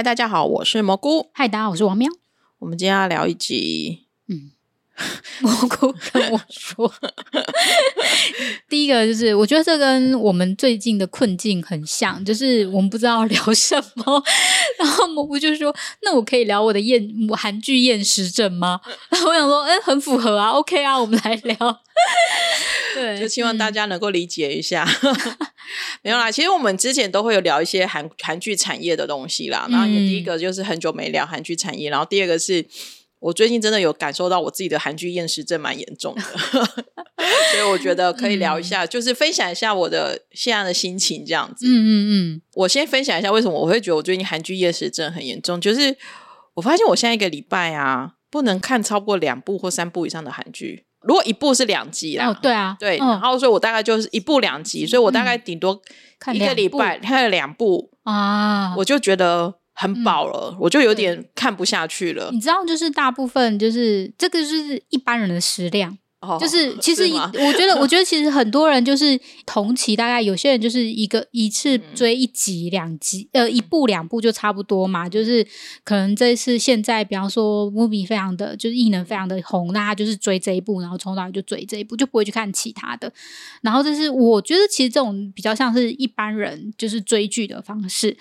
嗨，大家好，我是蘑菇。 嗨，大家好，我是王喵。 我们今天要聊一集蘑菇跟我说第一个就是我觉得这跟我们最近的困境很像，就是我们不知道聊什么然后蘑菇就说那我可以聊我的韩剧厌食症吗？然后我想说很符合啊， OK 啊，我们来聊对， 就希望大家能够理解一下没有啦，其实我们之前都会有聊一些韩剧产业的东西啦，然后第一个就是很久没聊韩剧产业，然后第二个是我最近真的有感受到我自己的韩剧厌食症蛮严重的所以我觉得可以聊一下就是分享一下我的现在的心情这样子。我先分享一下为什么我会觉得我最近韩剧厌食症很严重，就是我发现我现在一个礼拜啊不能看超过2部或3部以上的韩剧，如果一部是2集啦对啊对，然后所以我大概就是1部2集，所以我大概顶多一个礼拜看了2部啊，我就觉得很饱了我就有点看不下去了。 你知道就是大部分就是这个就是一般人的食量就是其实我觉得其实很多人就是同期大概有些人就是一次追1集2集1部2部就差不多嘛，就是可能这次现在比方说 movie 非常的就是艺能非常的红，那他就是追这一部然后从头到尾就追这一部就不会去看其他的，然后这是我觉得其实这种比较像是一般人就是追剧的方式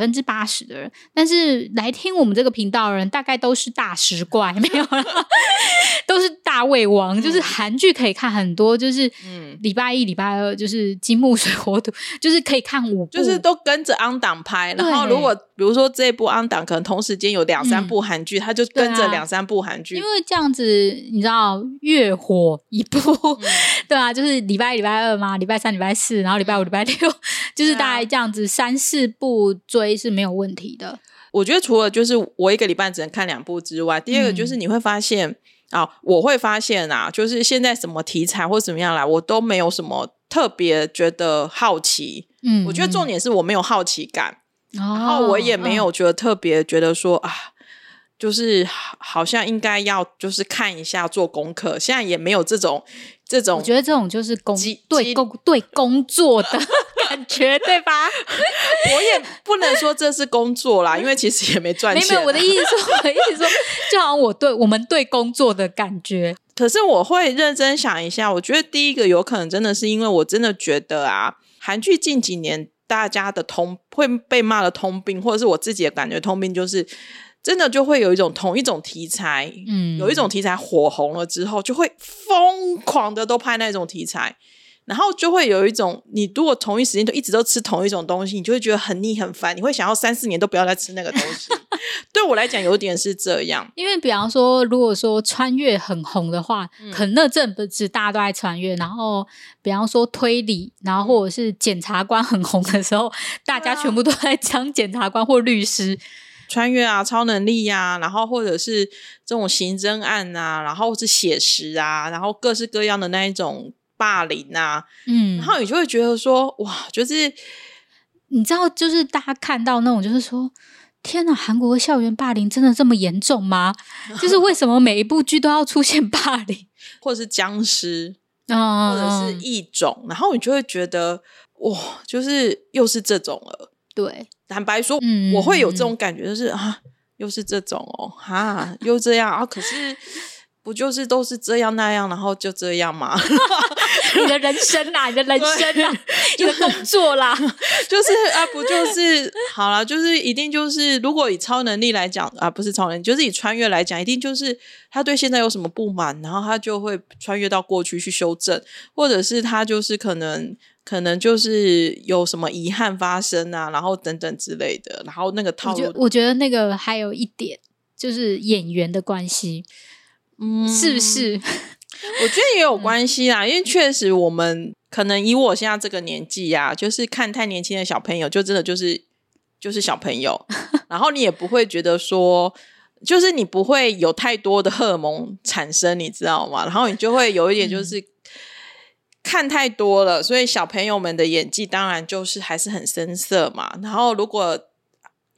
80%的人，但是来听我们这个频道的人大概都是大食怪没有啦都是大胃王就是韩剧可以看很多，就是礼拜1礼拜2就是金木水火土就是可以看5部， 就是都跟着on档拍，然后如果比如说这一部on档可能同时间有2-3部韩剧他就跟着2-3部韩剧， 因为这样子你知道月火一部对啊，就是礼拜1礼拜2嘛，礼拜3礼拜4然后礼拜5礼拜6就是大概这样子3-4部追是没有问题的。 我觉得除了就是我一个礼拜只能看2部之外，第二个就是你会发现我会发现就是现在什么题材或怎么样来我都没有什么特别觉得好奇我觉得重点是我没有好奇感然后我也没有觉得特别觉得说就是好像应该要就是看一下做功课，现在也没有这种我觉得这种就是对工作的感觉对吧我也不能说这是工作啦因为其实也没赚钱没有我的意思说就好像我们对工作的感觉。 可是我会认真想一下，我觉得第一个有可能真的是因为我真的觉得韩剧近几年大家的会被骂的通病，或者是我自己的感觉通病，就是真的就会有同一种题材有一种题材火红了之后就会疯狂的都拍那种题材，然后就会有一种你如果同一时间就一直都吃同一种东西你就会觉得很腻很烦，你会想要3-4年都不要再吃那个东西对我来讲有点是这样。 因为比方说如果说穿越很红的话可能那阵子大家都在穿越，然后比方说推理然后或者是检察官很红的时候大家全部都在当检察官或律师， 穿越超能力然后或者是这种刑侦案然后是写实然后各式各样的那一种霸凌然后你就会觉得说哇，就是你知道就是大家看到那种就是说天哪，韩国的校园霸凌真的这么严重吗就是为什么每一部剧都要出现霸凌或者是僵尸或者是异种然后你就会觉得哇，就是又是这种了。对，坦白说我会有这种感觉就是又是这种又这样可是不就是都是这样那样然后就这样吗你的人生你的人生你的工作啦就是不就是好啦，就是一定就是如果以超能力来讲不是超能力，就是以穿越来讲一定就是他对现在有什么不满然后他就会穿越到过去去修正，或者是他就是可能就是有什么遗憾发生然后等等之类的，然后那个套路我觉得那个还有一点就是演员的关系是不是我觉得也有关系啦因为确实我们可能以我现在这个年纪就是看太年轻的小朋友就真的就是小朋友然后你也不会觉得说就是你不会有太多的荷尔蒙产生你知道吗，然后你就会有一点就是看太多了所以小朋友们的演技当然就是还是很生涩嘛，然后如果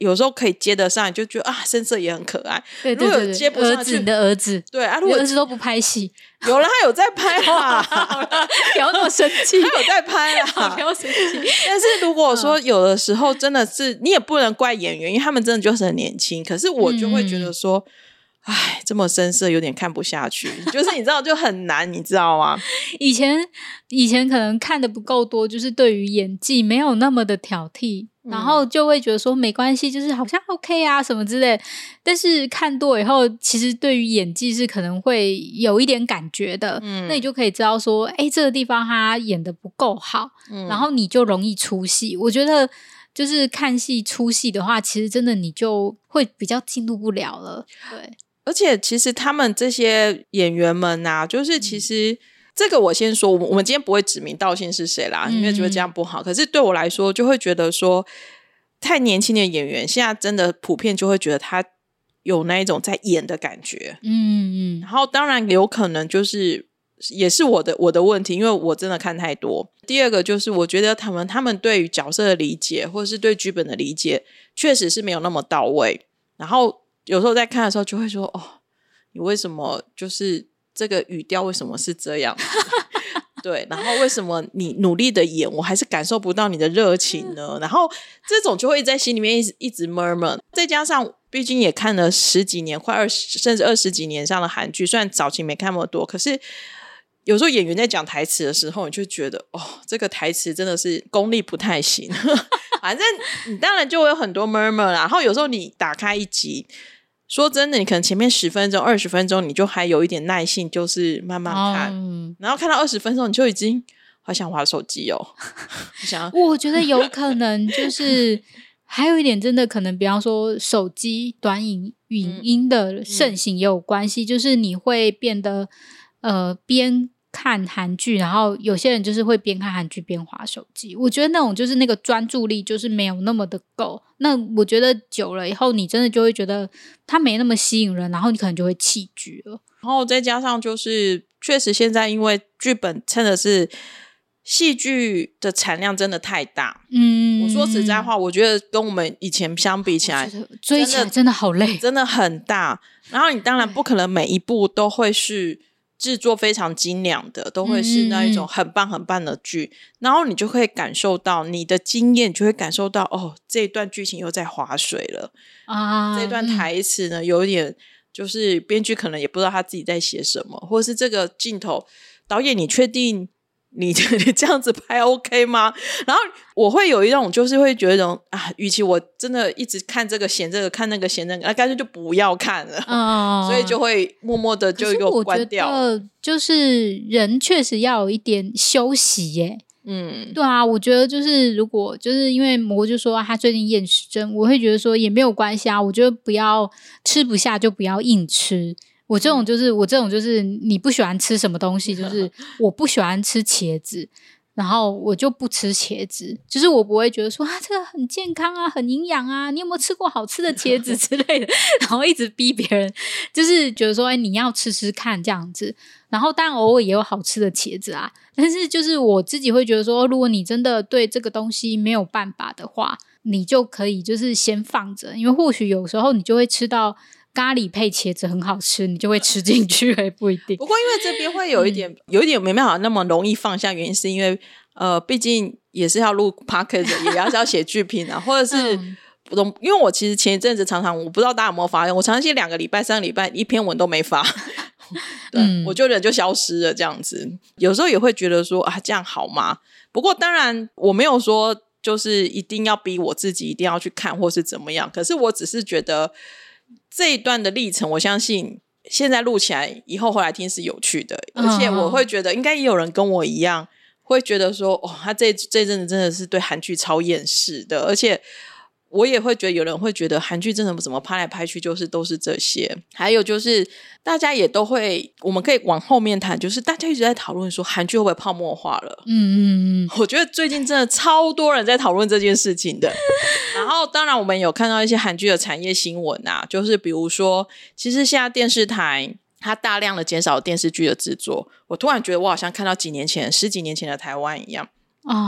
有时候可以接得上，你就觉得啊深色也很可爱。 对对对对， 如果接不上去， 你的儿子， 对啊，如果儿子都不拍戏， 有啦，他有在拍啦不要那么生气， 他有在拍啦不要生气。 但是如果说有的时候真的是你也不能怪演员，因为他们真的就是很年轻，可是我就会觉得说哎，这么深色有点看不下去，就是你知道就很难，你知道吗？ 以前可能看的不够多，就是对于演技没有那么的挑剔，然后就会觉得说没关系，就是好像 OK 啊什么之类。但是看多以后，其实对于演技是可能会有一点感觉的，那你就可以知道说，哎，这个地方他演的不够好，然后你就容易出戏。我觉得就是看戏出戏的话，其实真的你就会比较进入不了了，对。 而且其实他们这些演员们啊，就是其实这个我先说，我们今天不会指名道姓是谁啦，因为觉得这样不好。可是对我来说，就会觉得说，太年轻的演员现在真的普遍就会觉得他有那一种在演的感觉。然后当然有可能就是也是我的问题，因为我真的看太多。第二个就是我觉得他们对于角色的理解，或者是对剧本的理解，确实是没有那么到位。然后有时候在看的时候就会说，哦，你为什么就是这个语调为什么是这样对，然后为什么你努力的演我还是感受不到你的热情呢？然后这种就会在心里面一直 murmur。 再加上毕竟也看了10几年快20甚至20几年上的韩剧，虽然早期没看那么多，可是有时候演员在讲台词的时候，你就觉得哦，这个台词真的是功力不太行反正你当然就会有很多 murmur 啦。然后有时候你打开一集，说真的，你可能前面10分钟20分钟你就还有一点耐性，就是慢慢看然后看到20分钟你就已经好想滑手机哦我觉得有可能就是还有一点真的可能比方说手机短影音的盛行也有关系，就是你会变得边看韩剧，然后有些人就是会边看韩剧边滑手机，我觉得那种就是那个专注力就是没有那么的够。那我觉得久了以后你真的就会觉得它没那么吸引人，然后你可能就会弃剧了。 然后再加上就是确实现在因为剧本真的是戏剧的产量真的太大，我说实在话，我觉得跟我们以前相比起来， 追起来真的好累， 真的很大。然后你当然不可能每一部都会是制作非常精良的，都会是那一种很棒很棒的剧，然后你就会感受到你的经验，就会感受到哦，这一段剧情又在划水了啊，这段台词呢有点就是编剧可能也不知道他自己在写什么，或者是这个镜头导演你确定你这样子拍 OK 吗？然后我会有一种就是会觉得啊，与其我真的一直看这个嫌这个看那个嫌那个，那干脆就不要看了所以就会默默的就给我关掉。可是我觉得就是人确实要有一点休息耶。对啊，我觉得就是如果就是因为蘑菇就说他最近厌食症，我会觉得说也没有关系啊，我觉得不要吃不下就不要硬吃。我这种就是你不喜欢吃什么东西，就是我不喜欢吃茄子，然后我就不吃茄子，就是我不会觉得说啊这个很健康啊很营养啊，你有没有吃过好吃的茄子之类的然后一直逼别人，就是觉得说你要吃吃看这样子。然后当然偶尔也有好吃的茄子啊，但是就是我自己会觉得说，如果你真的对这个东西没有办法的话，你就可以就是先放着，因为或许有时候你就会吃到咖喱配茄子很好吃，你就会吃进去也不一定。 不过因为这边会有一点没办法那么容易放下，原因是因为毕竟也是要录 podcast 也要写剧评啊或者是因为我其实前一阵子常常我不知道大家有没有发现，我常常2个礼拜3个礼拜一篇文都没发对我就人就消失了这样子。有时候也会觉得说啊这样好吗？不过当然我没有说就是一定要逼我自己一定要去看或是怎么样，可是我只是觉得这一段的历程我相信现在录起来以后回来听是有趣的，而且我会觉得应该也有人跟我一样会觉得说哦，他这阵子真的是对韩剧超厌世的，而且我也会觉得有人会觉得韩剧真的怎么拍来拍去就是都是这些。还有就是大家也都会，我们可以往后面谈，就是大家一直在讨论说韩剧会不会泡沫化了。我觉得最近真的超多人在讨论这件事情的然后当然我们有看到一些韩剧的产业新闻啊，就是比如说其实现在电视台它大量的减少电视剧的制作，我突然觉得我好像看到10几年前的台湾一样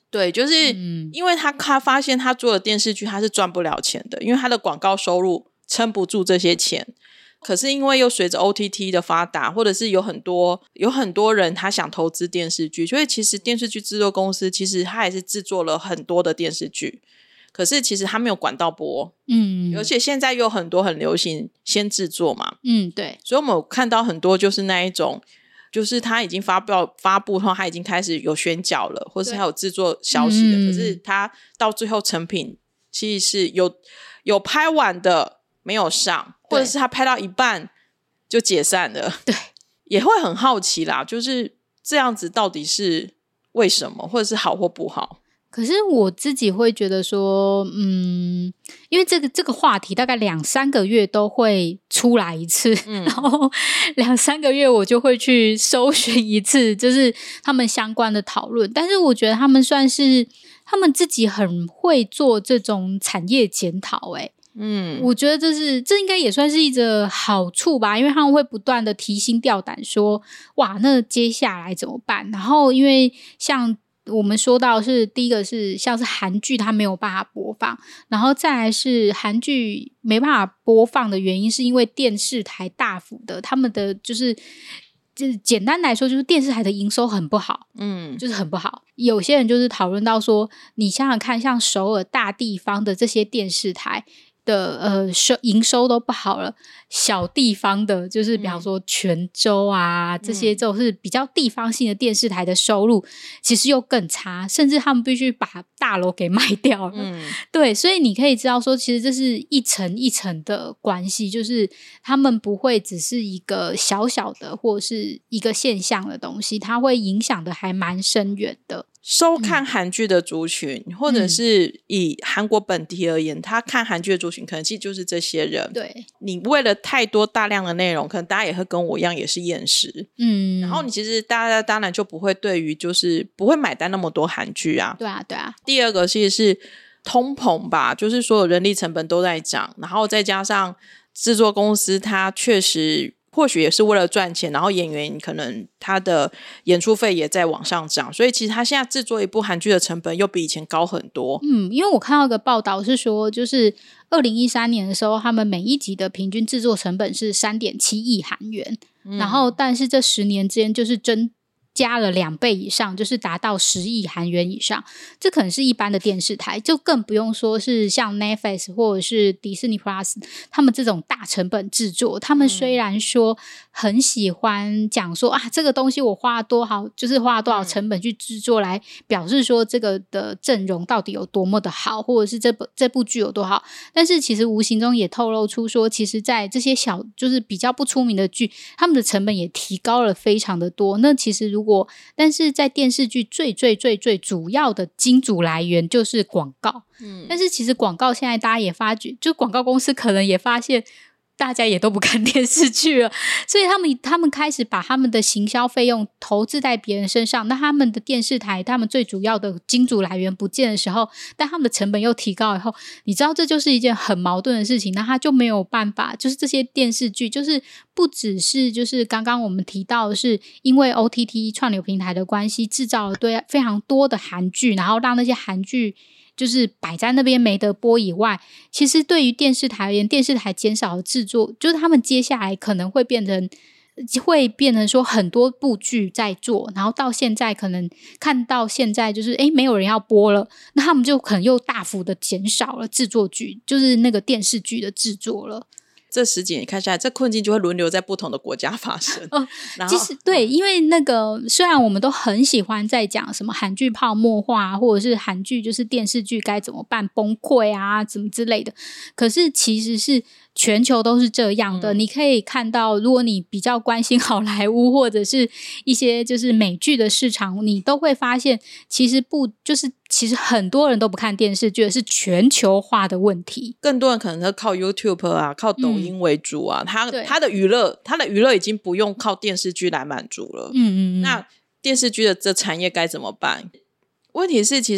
对，就是因为他发现他做的电视剧他是赚不了钱的，因为他的广告收入撑不住这些钱。可是因为又随着 OTT 的发达，或者是有很多人他想投资电视剧，所以其实电视剧制作公司其实他也是制作了很多的电视剧，可是其实他没有管道播。而且现在有很多很流行先制作嘛。 对， 所以我们有看到很多就是那一种，就是他已经发布后他已经开始有选角了，或是他有制作消息的，可是他到最后成品其实是有拍完的没有上，或者是他拍到一半就解散了。 对， 也会很好奇啦，就是这样子到底是为什么，或者是好或不好。 可是我自己会觉得说因为这个话题大概2-3个月都会出来一次，然后2-3个月我就会去搜寻一次就是他们相关的讨论。但是我觉得他们算是他们自己很会做这种产业检讨我觉得这应该也算是一个好处吧，因为他们会不断的提心吊胆说哇那接下来怎么办。然后因为像我们说到是第一个是像是韩剧它没有办法播放，然后再来是韩剧没办法播放的原因是因为电视台大幅的他们的就是简单来说就是电视台的营收很不好，就是很不好。有些人就是讨论到说你想想看，像首尔大地方的这些电视台的营收都不好了，小地方的就是比方说泉州啊这些这种是比较地方性的电视台的收入其实又更差，甚至他们必须把大楼给卖掉了。对，所以你可以知道说其实这是一层一层的关系，就是他们不会只是一个小小的或是一个现象的东西，它会影响的还蛮深远的。 收看韩剧的族群或者是以韩国本地而言，他看韩剧的族群可能其实就是这些人。 对， 你为了太多大量的内容，可能大家也会跟我一样也是厌食。然后你其实大家当然就不会对于就是不会买单那么多韩剧啊。 对啊对啊。 第二个其实是通膨吧，就是所有人力成本都在涨，然后再加上制作公司它确实或许也是为了赚钱，然后演员可能他的演出费也在往上涨，所以其实他现在制作一部韩剧的成本又比以前高很多。 因为我看到一个报道是说就是2013年的时候他们每一集的平均制作成本是 3.7 亿韩元，然后但是这10年之间就是增加了2倍以上，就是达到10亿韩元以上。这可能是一般的电视台，就更不用说是像 Netflix 或者是迪士尼 Plus 他们这种大成本制作。他们虽然说很喜欢讲说这个东西我花了多少，就是花了多少成本去制作来表示说这个的阵容到底有多么的好，或者是这部剧有多好，但是其实无形中也透露出说其实在这些小就是比较不出名的剧，他们的成本也提高了非常的多。那其实但是在电视剧最主要的金主来源就是广告。但是其实广告现在大家也发觉，就广告公司可能也发现大家也都不看电视剧了，所以他们开始把他们的行销费用投资在别人身上。那他们的电视台他们最主要的金主来源不见的时候，但他们的成本又提高以后，你知道这就是一件很矛盾的事情。那他就没有办法，就是这些电视剧就是不只是就是刚刚我们提到的是因为 OTT 串流平台的关系制造了非常多的韩剧，然后让那些韩剧就是摆在那边没得播以外，其实对于电视台而言，电视台减少了制作，就是他们接下来可能会变成说很多部剧在做，然后到现在可能看到现在就是没有人要播了，那他们就可能又大幅的减少了制作剧，就是那个电视剧的制作了。 这10几年看下来，这困境就会轮流在不同的国家发生。 其实对，因为那个虽然我们都很喜欢在讲什么韩剧泡沫化，或者是韩剧就是电视剧该怎么办崩溃啊怎么之类的，可是其实是全球都是这样的。你可以看到如果你比较关心好莱坞或者是一些就是美剧的市场，你都会发现其实很多人都不看电视剧，是全球化的问题。 更多人可能是靠 YouTube 啊靠抖音为主啊，他的娱乐已经不用靠电视剧来满足了。那电视剧的这产业该怎么办？问题是其实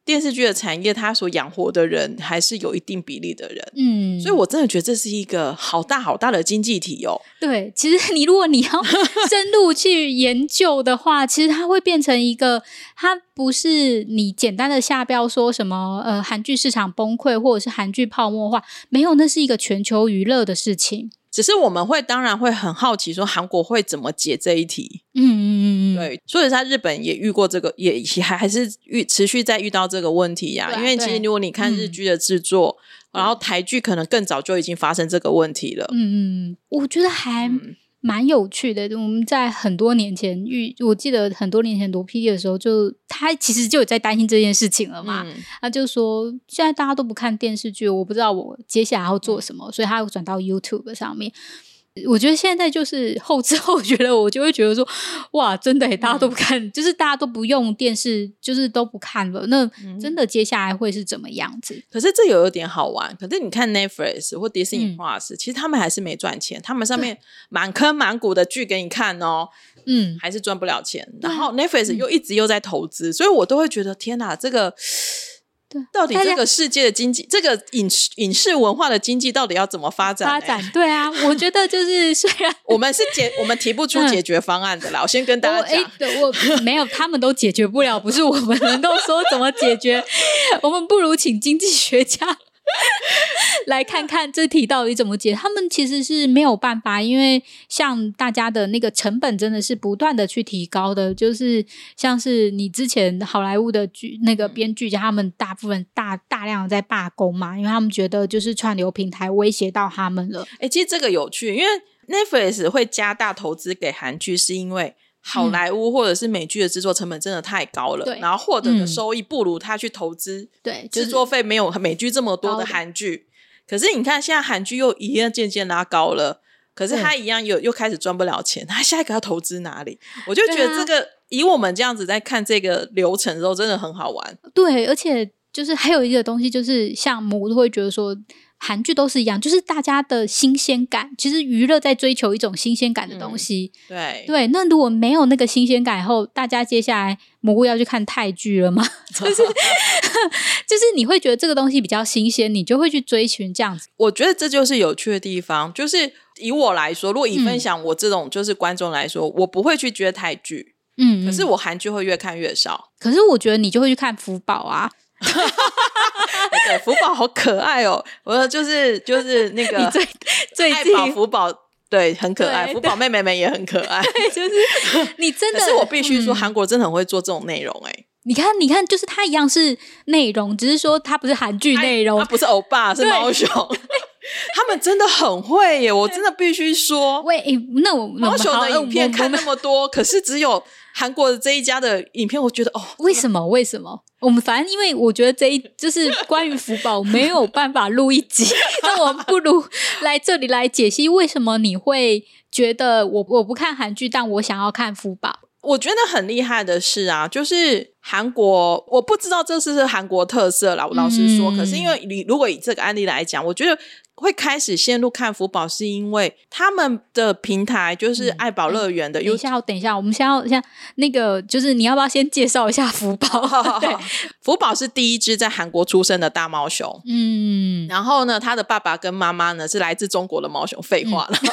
电视剧的产业它所养活的人还是有一定比例的人，所以我真的觉得这是一个好大好大的经济体哦。 对，其实如果你要深入去研究的话，其实它会变成一个，它不是你简单的下标说什么韩剧市场崩溃或者是韩剧泡沫化，没有，那是一个全球娱乐的事情。 只是我们当然会很好奇说韩国会怎么解这一题。对，所以在日本也遇过这个，也还是持续在遇到这个问题呀。因为其实如果你看日剧的制作，然后台剧可能更早就已经发生这个问题了。 我觉得还蛮有趣的。我们在很多年前我记得很多年前读 PD 的时候，他其实就有在担心这件事情了嘛。他就说现在大家都不看电视剧，我不知道我接下来要做什么，所以他转到 YouTube 上面。我觉得现在就是后知后觉得，我就会觉得说，哇，真的耶，大家都不看，就是大家都不用电视，就是都不看了，那真的接下来会是怎么样子？ 可是这有点好玩。可是你看 Netflix 或 Disney Plus，其实他们还是没赚钱，他们上面满坑满谷的剧给你看哦，还是赚不了钱。然后 Netflix 又一直在投资，所以我都会觉得天哪，这个到底这个世界的经济，这个影视文化的经济到底要怎么发展？ 对啊，我觉得就是虽然我们提不出解决方案的啦，我先跟大家讲， 我没有，他们都解决不了，不是我们能够说怎么解决，我们不如请经济学家来看看这题到底怎么解。他们其实是没有办法，因为像大家的那个成本真的是不断的去提高的，就是像是你之前好莱坞的剧那个编剧家，他们大部分大量的在罢工嘛，因为他们觉得就是串流平台威胁到他们了。 其实这个有趣，因为 Netflix 会加大投资给韩剧，是因为好莱坞或者是美剧的制作成本真的太高了，然后获得的收益不如他去投资制作费没有美剧这么多的韩剧。可是你看现在韩剧又一样渐渐拉高了，可是他一样又开始赚不了钱，他下一个要投资哪里？我就觉得这个以我们这样子在看这个流程的时候真的很好玩。 对，而且就是还有一个东西，就是像我都会觉得说韩剧都是一样，就是大家的新鲜感，其实娱乐在追求一种新鲜感的东西。对，那如果没有那个新鲜感以后，大家接下来蘑菇要去看泰剧了吗？就是你会觉得这个东西比较新鲜，你就会去追寻这样子。 我觉得这就是有趣的地方，就是以我来说，如果以分享我这种就是观众来说，我不会去追泰剧，可是我韩剧会越看越少。 可是我觉得你就会去看福宝啊。 对，福宝好可爱哦！我就是那个最爱宝福宝，对，很可爱。福宝妹妹们也很可爱， 就是你真的。 可是我必须说，韩国真的很会做这种内容你看，就是它一样是内容，只是说它不是韩剧内容， 它不是欧巴，是猫熊。他们真的很会耶，我真的必须说。 那我猫熊的影片看那么多，可是只有韩国的这一家的影片，我觉得为什么？我们反正因为我觉得就是关于福宝没有办法录一集，那我们不如来这里来解析为什么你会觉得我不看韩剧，但我想要看福宝。 我觉得很厉害的是啊，就是韩国，我不知道这是韩国特色啦，我老实说。可是因为如果以这个案例来讲，我觉得会开始陷入看福宝，是因为他们的平台就是爱宝乐园的。 等一下，我们先那个，就是你要不要先介绍一下福宝？对， 福宝是第一只在韩国出生的大猫熊。然后呢，他的爸爸跟妈妈呢是来自中国的猫熊。废话了。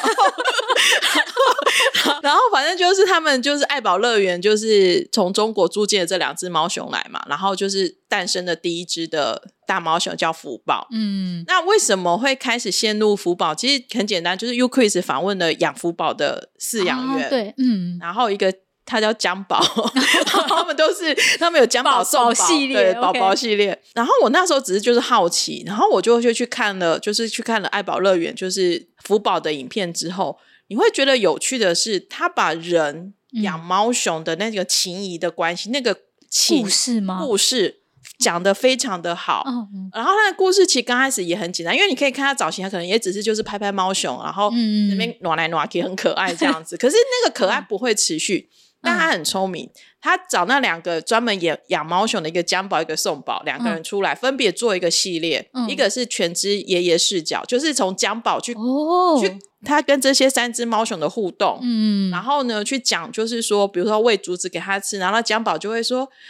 然后反正就是他们就是爱宝乐园就是从中国租借的这两只猫熊来嘛，然后就是诞生的第一只的大猫熊叫福宝。那为什么会开始陷入福宝？其实很简单，就是 YouCris 访问了养福宝的饲养员。 对， 然后一个他叫江宝他们有江宝送宝系列， 对，宝宝系列。然后我那时候只是就是好奇，然后我就去看了爱宝乐园就是福宝的影片之后，你会觉得有趣的是，他把人养猫熊的那个情谊的关系，那个故事讲得非常的好。然后他的故事其实刚开始也很简单，因为你可以看他造型，他可能也只是就是拍拍猫熊，然后那边暖来暖去很可爱这样子。可是那个可爱不会持续，但他很聪明，他找那两个专门养猫熊的，一个江宝一个宋宝，两个人出来分别做一个系列。一个是全知爷爷视角，就是从江宝去他跟这些三只猫熊的互动。然后呢去讲就是说比如说喂竹子给他吃，然后江宝就会说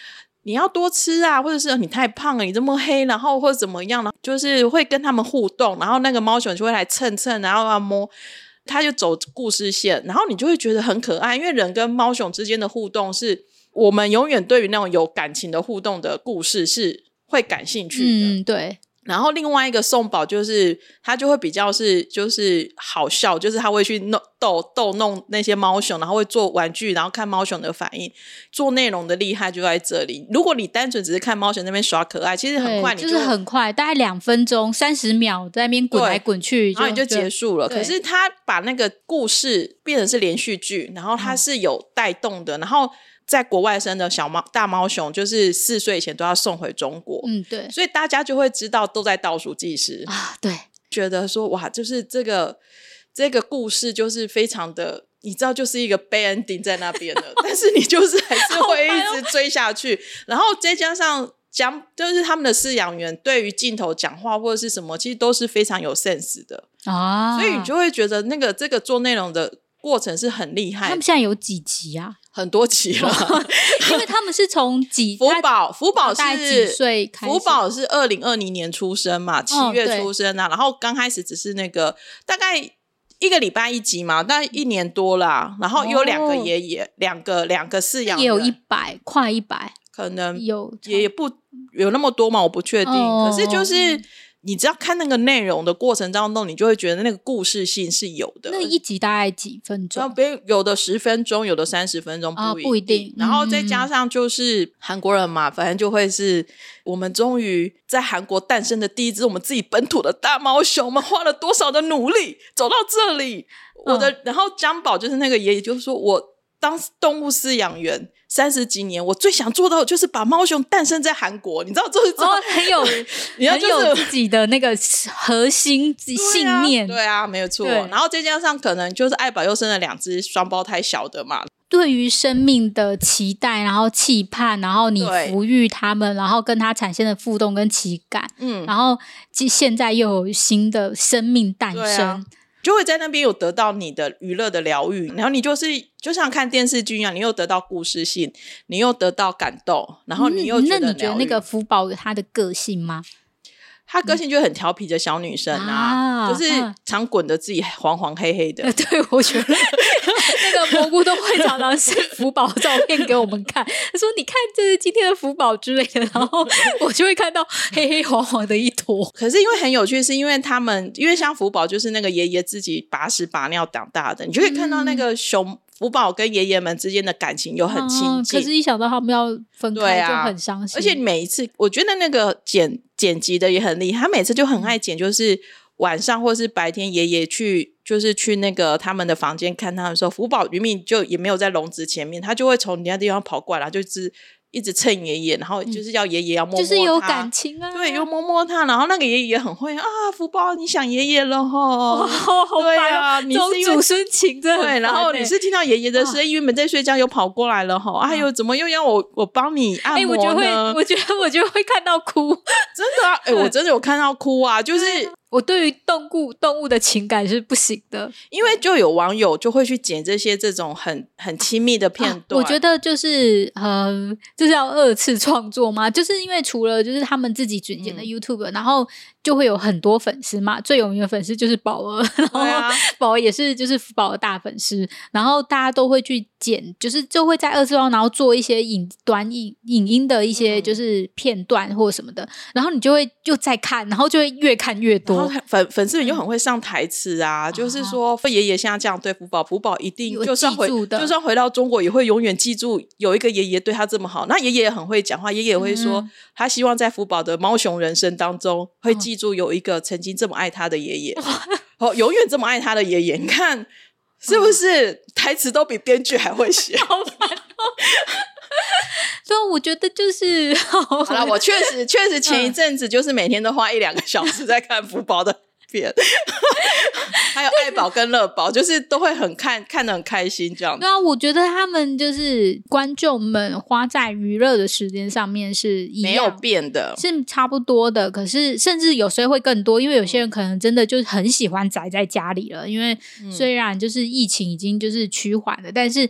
你要多吃啊，或者是你太胖了，你这么黑，然后或者怎么样，就是会跟他们互动，然后那个猫熊就会来蹭蹭，然后要摸，他就走故事线，然后你就会觉得很可爱，因为人跟猫熊之间的互动是我们永远对于那种有感情的互动的故事是会感兴趣的。 对。 然后另外一个宋宝就是他就会比较是就是好笑，就是他会去逗弄那些猫熊，然后会做玩具，然后看猫熊的反应。做内容的厉害就在这里，如果你单纯只是看猫熊那边耍可爱，其实很快你就是很快，大概2分钟30秒在那边滚来滚去， 然后你就结束了。可是他把那个故事变成是连续剧，然后它是有带动的，然后在国外生的大猫熊就是4岁以前都要送回中国， 对， 所以大家就会知道都在倒数计时啊，对， 觉得说哇，就是这个故事就是非常的，你知道就是一个 bad ending 在那边的但是你就是还是会一直追下去然后再加上就是他们的饲养员对于镜头讲话或者是什么其实都是非常有 sense 的啊，所以你就会觉得这个做内容的过程是很厉害的。 他们现在有几集啊？ 很多集了因为他们是从福宝是几岁开始？ 福宝是2020年出生嘛，7月出生啊，然后刚开始只是那个大概1个礼拜1集嘛，大概1年多啦，然后有2个爷爷，两个饲养人， 也有100快100， 可能有也不有那么多嘛，我不确定。可是就是你只要看那个内容的过程当中，你就会觉得那个故事性是有的。 那一集大概几分钟？ 有的10分钟，有的30分钟， 不一定。 然后再加上就是韩国人嘛，反正就会是我们终于在韩国诞生的第一只我们自己本土的大猫熊，我们花了多少的努力走到这里。然后张宝就是那个爷爷，就是说我当动物饲养员30几年，我最想做到的就是把猫熊诞生在韩国，你知道就是很有很有自己的那个核心信念。 对啊没有错。然后再加上可能就是爱宝又生了2只双胞胎小的嘛， 对于生命的期待，然后期盼，然后你抚育他们，然后跟他产生的互动跟情感，然后现在又有新的生命诞生， 就会在那边有得到你的娱乐的疗愈，然后你就像看电视剧一样，你又得到故事性，你又得到感动，然后你又觉得那你觉得那个福宝有他的个性吗？ 她个性就很调皮的小女生就是常滚得自己黄黄黑黑的。 对，我觉得那个蘑菇都会常常是福宝照片给我们看，他说你看这是今天的福宝之类的，然后我就会看到黑黑黄黄的一坨。 可是因为很有趣，是因为因为像福宝就是那个爷爷自己把屎把尿长大的，你就可以看到那个福宝跟爷爷们之间的感情又很亲近， 可是一想到他们要分开就很伤心。 而且每一次我觉得那个剪辑的也很厉害，他每次就很爱剪，就是晚上或是白天爷爷去那个他们的房间看他们的时候，福宝明明就也没有在笼子前面，他就会从人家地方跑过来，就是一直蹭爷爷，然后就是要爷爷要摸摸他， 就是有感情啊， 对，又摸摸他，然后那个爷爷也很会啊，福宝你想爷爷了吼， 好对啊， 你是祖孙情真的很对，然后你是听到爷爷的声音，原本在睡觉又跑过来了吼，哎呦，怎么又要我帮你按摩呢？ 我觉得会看到哭， 真的啊，我真的有看到哭啊，就是我对于动物的情感是不行的， 因为就有网友就会去剪这种很亲密的片段。 我觉得就是要2次创作嘛，就是因为除了就是他们自己剪的 YouTube，然后就会有很多粉丝嘛，最有名的粉丝就是宝儿，然后宝儿也是就是福宝的大粉丝，然后大家都会去剪，就会在2次创作，然后做一些短影音的一些就是片段或什么的，然后你就会再看，然后就会越看越多。 粉丝又很会上台词啊，就是说爷爷现在这样对福宝，福宝一定就算回到中国也会永远记住有一个爷爷对他这么好。那爷爷也很会讲话，爷爷也会说他希望在福宝的猫熊人生当中会记住有一个曾经这么爱他的爷爷，永远这么爱他的爷爷。你看是不是台词都比编剧还会写？ 好烦哦所以我觉得就是好啦，我确实前一阵子就是每天都花1-2个小时在看福宝的片还有爱宝跟乐宝，就是都会看得很开心这样子。 对啊，我觉得他们就是观众们花在娱乐的时间上面是一样没有变的， 是差不多的，可是甚至有时候会更多，因为有些人可能真的就是很喜欢宅在家里了，因为虽然就是疫情已经就是趋缓了，但是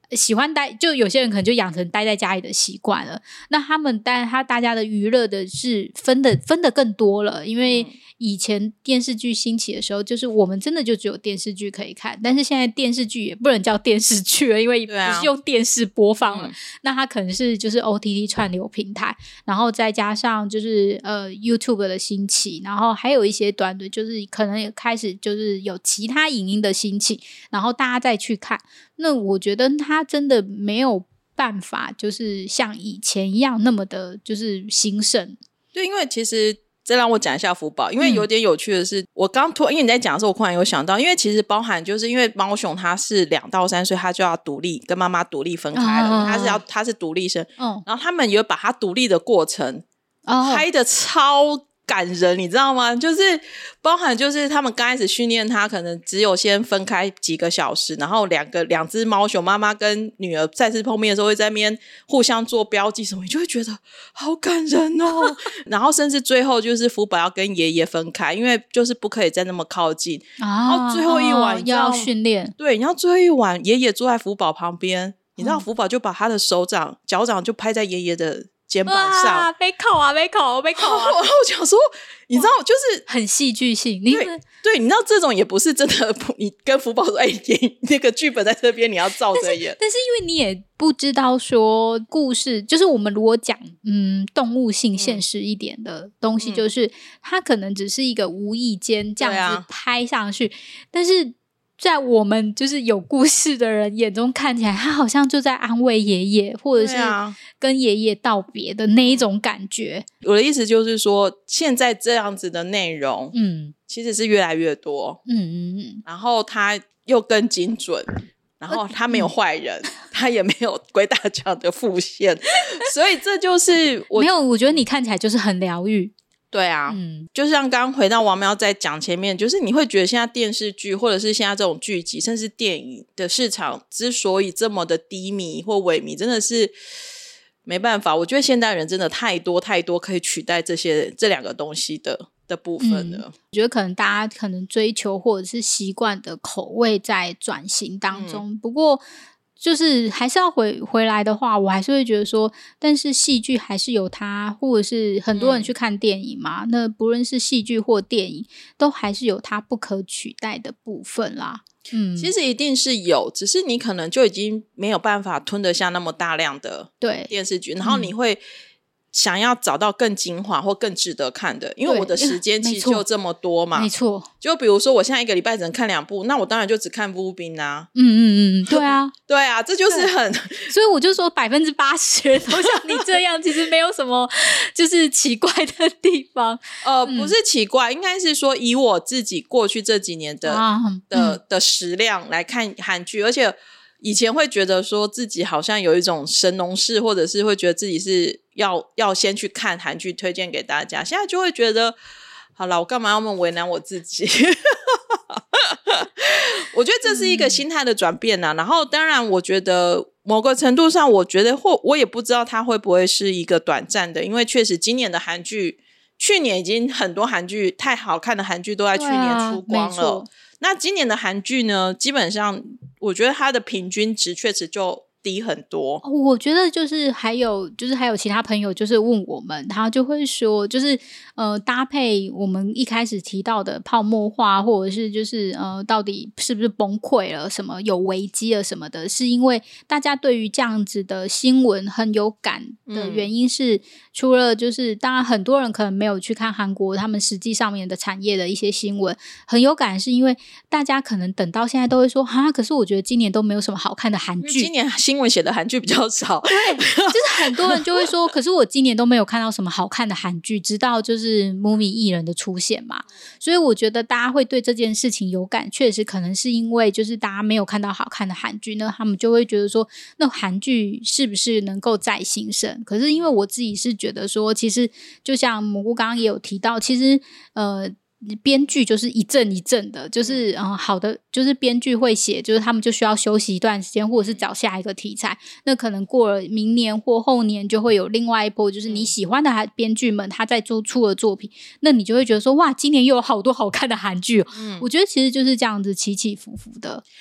喜欢待，就有些人可能就养成待在家里的习惯了。那大家的娱乐的是分的更多了，因为以前电视剧兴起的时候，就是我们真的就只有电视剧可以看，但是现在电视剧也不能叫电视剧了，因为不是用电视播放了，那它可能是就是 OTT 串流平台，然后再加上就是YouTube 的兴起，然后还有一些短的，就是可能也开始就是有其他影音的兴起，然后大家再去看，那我觉得它真的没有办法就是像以前一样那么的就是兴盛。 对，因为其实再让我讲一下福宝，因为有点有趣的是，我刚突然因为你在讲的时候，我突然有想到，因为其实包含就是因为猫熊它是2到3岁，它就要独立跟妈妈独立分开了，它是独立生，然后他们有把它独立的过程拍的超感人，你知道吗？就是包含就是他们刚开始训练他，可能只有先分开几个小时，然后两只猫熊妈妈跟女儿再次碰面的时候会在那边互相做标记什么，你就会觉得好感人哦。然后甚至最后就是福宝要跟爷爷分开，因为就是不可以再那么靠近，然后最后一晚要训练， 对，然后最后一晚爷爷坐在福宝旁边，你知道福宝就把他的脚掌就拍在爷爷的肩膀上， 被扣啊然后我想说你知道就是很戏剧性， 对，你知道这种也不是真的你跟福宝说那个剧本在这边你要照着演， 但是因为你也不知道说故事，就是我们如果讲动物性现实一点的东西，就是它可能只是一个无意间这样子拍上去，但是在我们就是有故事的人眼中看起来，他好像就在安慰爷爷，或者是跟爷爷道别的那一种感觉。 我的意思就是说，现在这样子的内容，其实是越来越多，然后他又更精准，然后他没有坏人，他也没有鬼打墙的副线，所以这就是没有，我觉得你看起来就是很疗愈。 对啊，就像刚刚回到王喵在讲前面，就是你会觉得现在电视剧或者是现在这种剧集甚至电影的市场之所以这么的低迷或萎靡，真的是没办法，我觉得现代人真的太多可以取代这两个东西的部分了。 我觉得可能大家可能追求或者是习惯的口味在转型当中，不过就是还是要回来的话，我还是会觉得说，但是戏剧还是有它，或者是很多人去看电影嘛，那不论是戏剧或电影都还是有它不可取代的部分啦。 其实一定是有，只是你可能就已经没有办法吞得下那么大量的电视剧，然后你会想要找到更精华或更值得看的，因为我的时间其实就这么多嘛。 没错， 就比如说我现在一个礼拜只能看2部，那我当然就只看步兵啊。 对啊， 对啊，这就是所以我就说80%都像你这样，其实没有什么就是奇怪的地方。 不是奇怪，应该是说以我自己过去这几年的食量来看韩剧，而且以前会觉得说自己好像有一种神农氏，或者是会觉得自己是要先去看韩剧推荐给大家，现在就会觉得好啦，我干嘛要那么为难我自己我觉得这是一个心态的转变啊。然后当然我觉得某个程度上，我觉得我也不知道它会不会是一个短暂的，因为确实今年的韩剧，去年已经很多韩剧太好看的韩剧都在去年出光了，那今年的韩剧呢，基本上我觉得它的平均值确实就低很多。 我觉得就是还有其他朋友就是问我们，他就会说就是搭配我们一开始提到的泡沫化，或者是就是到底是不是崩溃了什么有危机了什么的，是因为大家对于这样子的新闻很有感的原因是，除了就是当然很多人可能没有去看韩国他们实际上面的产业的一些新闻很有感，是因为大家可能等到现在都会说可是我觉得今年都没有什么好看的韩剧， 今年新闻写的韩剧比较少对，就是很多人就会说可是我今年都没有看到什么好看的韩剧，直到就是movie 艺人的出现嘛，所以我觉得大家会对这件事情有感，确实可能是因为就是大家没有看到好看的韩剧呢，他们就会觉得说那韩剧是不是能够再兴盛。可是因为我自己是觉得说，其实就像蘑菇刚刚也有提到，其实编剧就是一阵一阵的，就是好的就是编剧会写，就是他们就需要休息一段时间，或者是找下一个题材，那可能过了明年或后年就会有另外一波就是你喜欢的编剧们他在出的作品，那你就会觉得说哇今年又有好多好看的韩剧我觉得其实就是这样子起起伏伏的。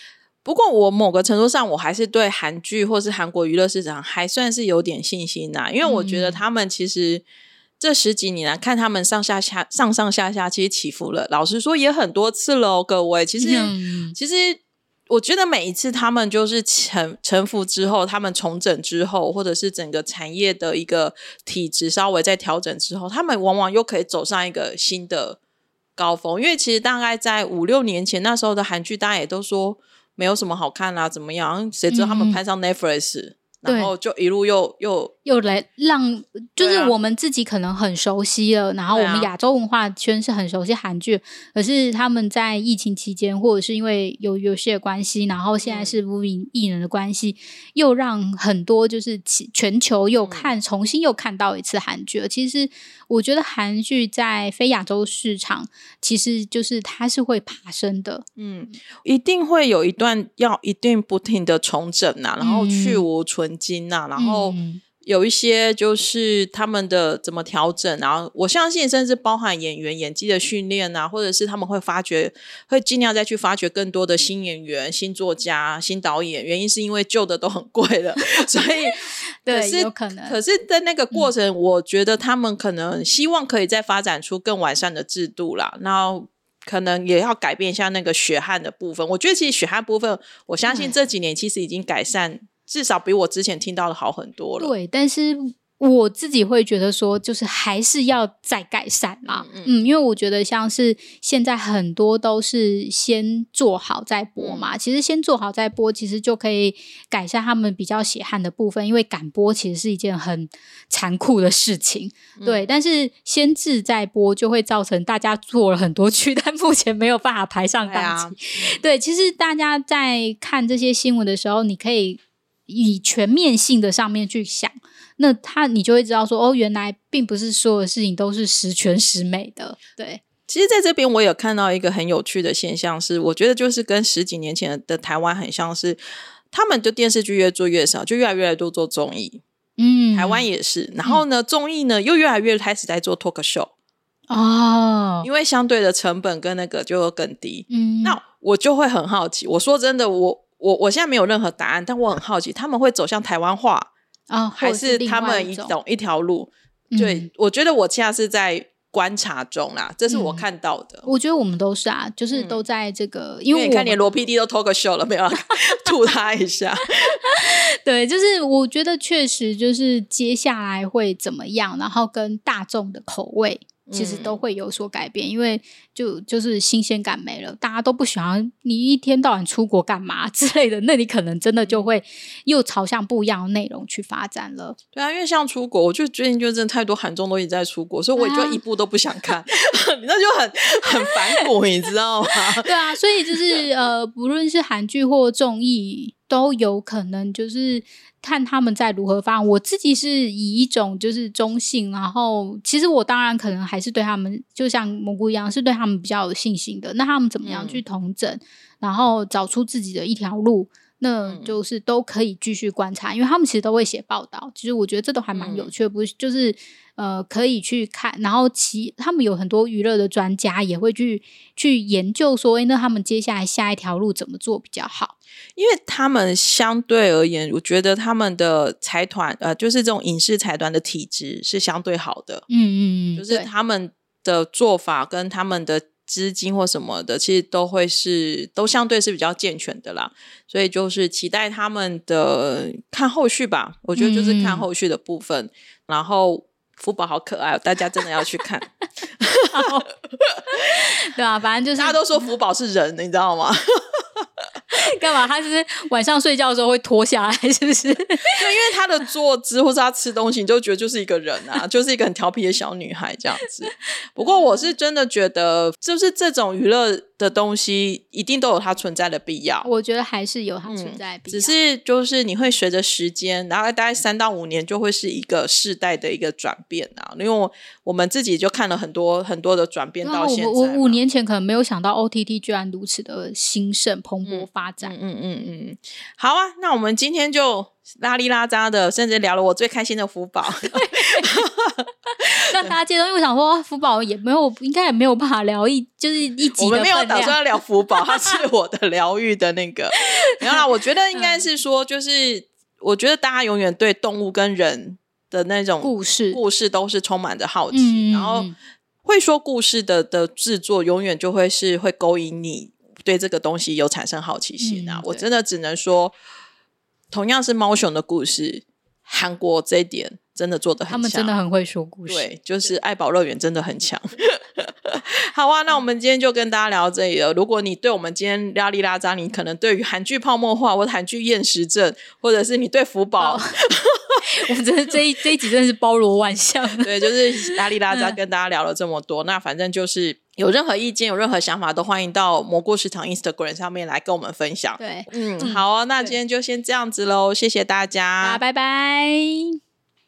不过我某个程度上我还是对韩剧或是韩国娱乐市场还算是有点信心因为我觉得他们其实这10几年来看他们上下下其实起伏了，老实说也很多次了各位。其实我觉得每一次他们就是臣服之后，他们重整之后，或者是整个产业的一个体质稍微在调整之后，他们往往又可以走上一个新的高峰。因为其实大概在5-6年前那时候的韩剧大家也都说没有什么好看啦怎么样，谁知道他们攀上 Netflix然后就一路又来让就是我们自己可能很熟悉了，然后我们亚洲文化圈是很熟悉韩剧，可是他们在疫情期间或者是因为有些关系，然后现在是无名艺人的关系，又让很多就是全球又重新又看到一次韩剧了。其实我觉得韩剧在非亚洲市场其实就是它是会爬升的， 一定会有一段要一定不停的重整然后去无存菁然后有一些就是他们的怎么调整，然后我相信甚至包含演员演技的训练或者是他们会尽量再去发掘更多的新演员、新作家、新导演，原因是因为旧的都很贵了所以对有可能， 可是在那个过程我觉得他们可能希望可以再发展出更完善的制度啦，然后可能也要改变一下那个血汗的部分。我觉得其实血汗部分我相信这几年其实已经改善，至少比我之前听到的好很多了。 对，但是我自己会觉得说就是还是要再改善啦因为我觉得像是现在很多都是先做好再播嘛其实先做好再播其实就可以改善他们比较血汗的部分，因为赶播其实是一件很残酷的事情对，但是先制再播就会造成大家做了很多剧但目前没有办法排上档期对，其实大家在看这些新闻的时候你可以以全面性的上面去想，那你就会知道说原来并不是所有的事情都是十全十美的。对， 其实在这边我有看到一个很有趣的现象是，我觉得就是跟10几年前的台湾很像，是他们的电视剧越做越少，就越来越多做综艺台湾也是，然后呢综艺呢又越来越开始在做 talk show因为相对的成本跟那个就更低那我就会很好奇，我说真的我现在没有任何答案，但我很好奇他们会走向台湾化还是他们一条路对，我觉得我现在是在观察中啦，这是我看到的我觉得我们都是就是都在这个因为你看连罗 PD 都 talk show 了没有吐他一下对，就是我觉得确实就是接下来会怎么样，然后跟大众的口味其实都会有所改变因为就是新鲜感没了，大家都不喜欢你一天到晚出国干嘛之类的，那你可能真的就会又朝向不一样的内容去发展了。 对因为像出国我就最近就真的太多韩综都一直在出国，所以我就一部都不想看那就很反骨你知道吗对所以就是不论是韩剧或综艺都有可能就是看他们在如何发展，我自己是以一种就是中性，然后其实我当然可能还是对他们就像蘑菇一样是对他们比较有信心的，那他们怎么样去统整然后找出自己的一条路，那就是都可以继续观察因为他们其实都会写报道，其实我觉得这都还蛮有趣的不是就是可以去看，然后他们有很多娱乐的专家也会去研究说那他们接下来下一条路怎么做比较好， 因为他们相对而言我觉得他们的财团就是这种影视财团的体质是相对好的就是他们的做法跟他们的资金或什么的其实都相对是比较健全的啦，所以就是期待他们的看后续吧，我觉得就是看后续的部分然后福宝好可爱大家真的要去看对反正就是大家都说福宝是人你知道吗干嘛他是晚上睡觉的时候会脱下来是不是对，因为他的坐姿或是他吃东西你就觉得就是一个人就是一个很调皮的小女孩这样子不过我是真的觉得就是这种娱乐的东西一定都有它存在的必要， 我觉得还是有它存在的必要只是就是你会随着时间然后大概3到5年就会是一个世代的一个转变因为我们自己就看了很多很多的转变到现在我5年前可能没有想到 OTT 居然如此的兴盛蓬勃发展样。 好啊，那我们今天就拉里拉扎的，甚至聊了我最开心的福宝。 让大家接受，因为我想说福宝也没有，应该也没有办法聊就是一集的分量。 我们没有打算要聊福宝，它是我的疗愈的那个。然后啦，我觉得应该是说，就是我觉得大家永远对动物跟人的那种故事都是充满着好奇，然后会说故事的制作永远就会勾引你对这个东西有产生好奇心啊。我真的只能说，同样是猫熊的故事，韩国这一点真的做得很强， 他们真的很会说故事。 对，就是爱宝乐园真的很强。好啊，那我们今天就跟大家聊到这里了。如果你对我们今天拉里拉扎，你可能对于韩剧泡沫化或者韩剧厌食症，或者是你对福宝我们真的这一集真的是包罗万象。 对，就是拉里拉扎跟大家聊了这么多，那反正就是有任何意见有任何想法都欢迎到蘑菇食堂 Instagram 上面来跟我们分享。 对， 好啊，那今天就先这样子咯，谢谢大家， 拜拜。